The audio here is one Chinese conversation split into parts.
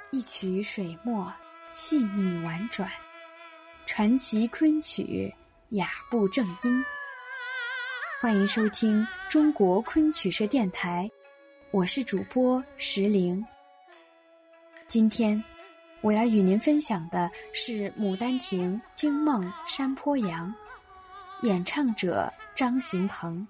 一曲水墨，细腻婉转，传奇昆曲，雅步正音。欢迎收听中国昆曲社电台，我是主播石玲。今天我要与您分享的是《牡丹亭》惊梦山坡羊，演唱者张寻鹏。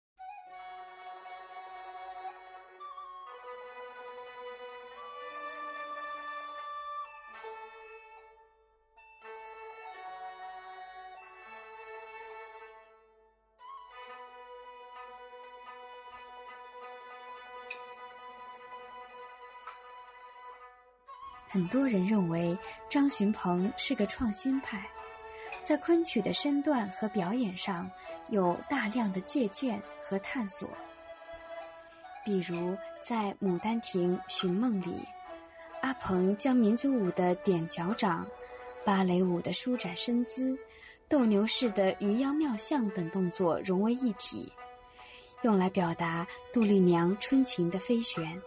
很多人认为张寻鹏是个创新派，在昆曲的身段和表演上有大量的借鉴和探索。比如在《牡丹亭·寻梦》里，阿鹏将民族舞的点脚掌、芭蕾舞的舒展身姿、斗牛士的鱼腰妙相等动作融为一体，用来表达杜丽娘春情的飞旋。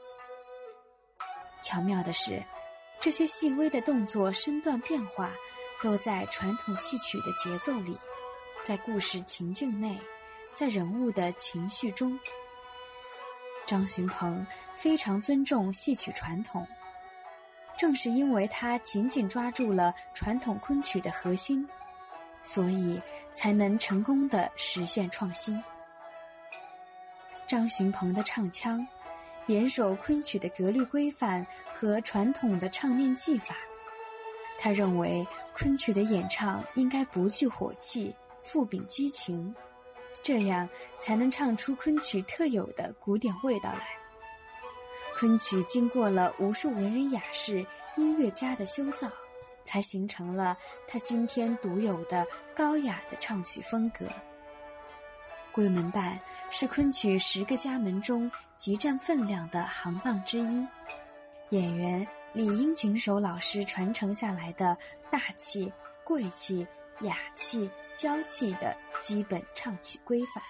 巧妙的是，这些细微的动作身段变化都在传统戏曲的节奏里，在故事情境内，在人物的情绪中。张寻鹏非常尊重戏曲传统，正是因为他紧紧抓住了传统昆曲的核心，所以才能成功地实现创新。张寻鹏的唱腔严守昆曲的格律规范和传统的唱念技法。他认为昆曲的演唱应该不惧火气，富秉激情，这样才能唱出昆曲特有的古典味道来。昆曲经过了无数文人雅士、音乐家的修造，才形成了他今天独有的高雅的唱曲风格。桂门旦是昆曲10个家门中极占分量的行当之一，演员理应谨守老师传承下来的大气、贵气、雅气、娇气的基本唱曲规范。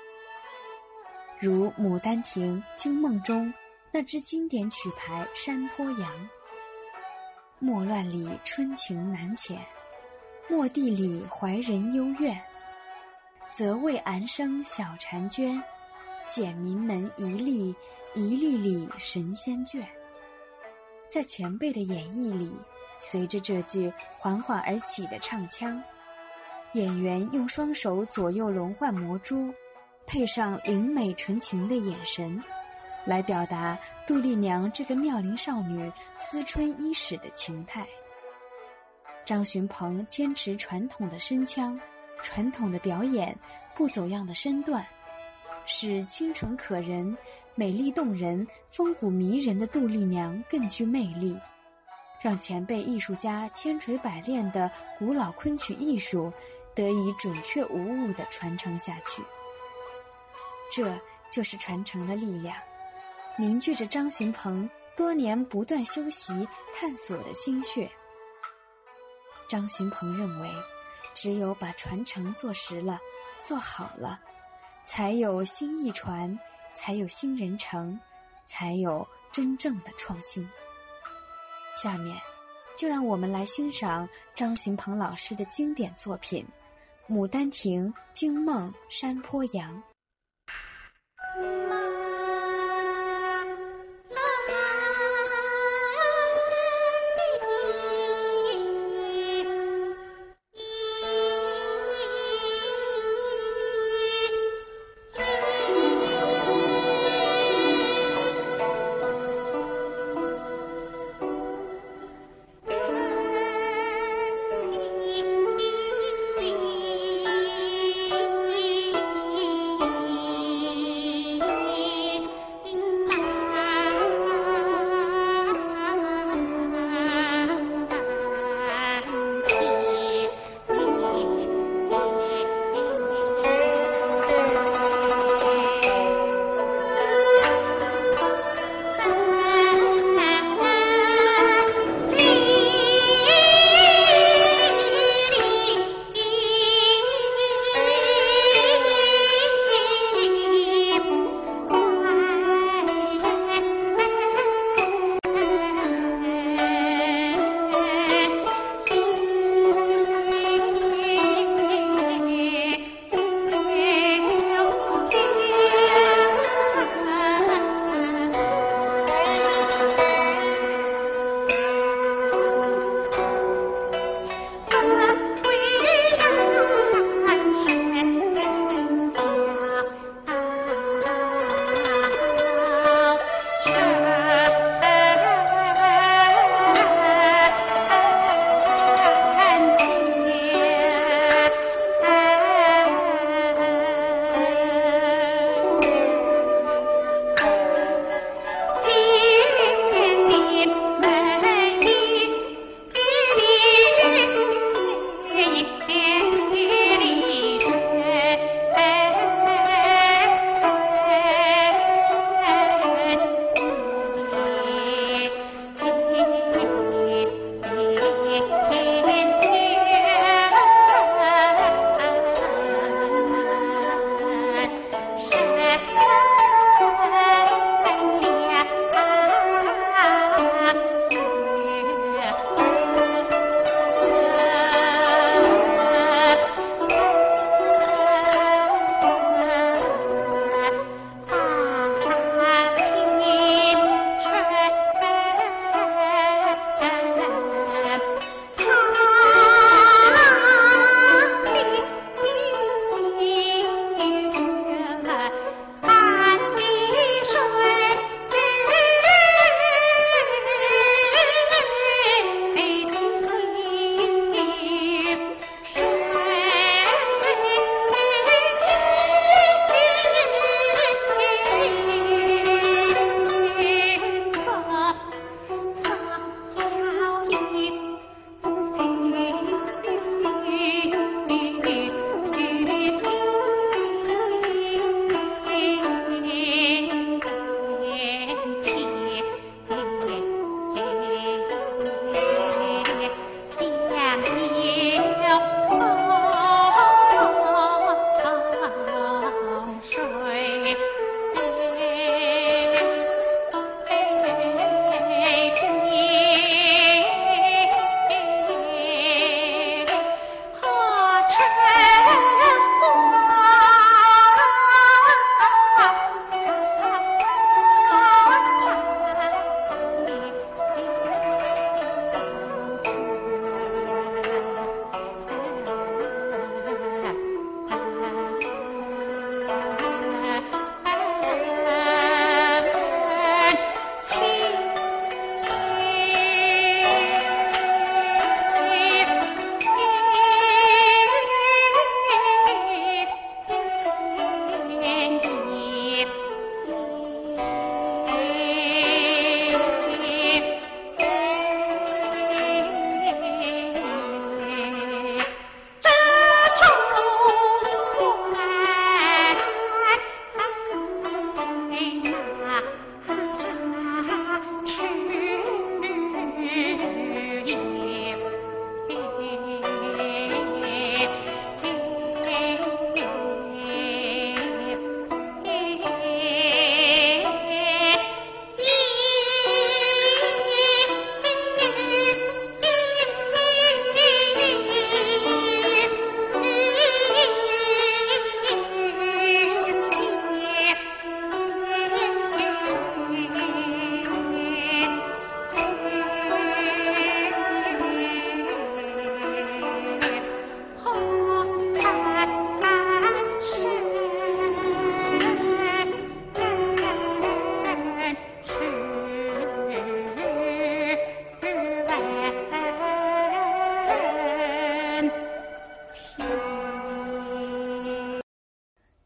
如《牡丹亭》惊梦中那支经典曲牌《山坡羊》，莫乱里春情难遣，莫地里怀人幽怨，则为安生小婵娟，检民门一粒一粒里神仙眷。在前辈的演绎里，随着这句缓缓而起的唱腔，演员用双手左右轮换魔珠，配上灵美纯情的眼神，来表达杜丽娘这个妙龄少女思春伊始的情态。张寻鹏坚持传统的声腔、传统的表演，不走样的身段，使清纯可人、美丽动人、风骨迷人的杜丽娘更具魅力，让前辈艺术家千锤百炼的古老昆曲艺术得以准确无误地传承下去。这就是传承的力量，凝聚着张寻鹏多年不断修习探索的心血。张寻鹏认为，只有把传承做实了，做好了，才有新艺传，才有新人成，才有真正的创新。下面就让我们来欣赏张寻鹏老师的经典作品《牡丹亭·惊梦山坡羊》。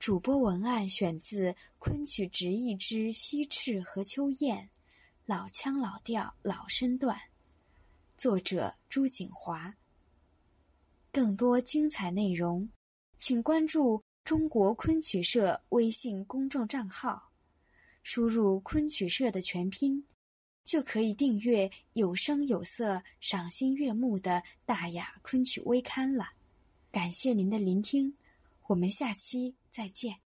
主播文案选自昆曲直译之西赤和秋雁，老腔老调老身段，作者朱锦华。更多精彩内容，请关注中国昆曲社微信公众账号，输入昆曲社的全拼，就可以订阅有声有色、赏心悦目的大雅昆曲微刊了。感谢您的聆听，我们下期再见。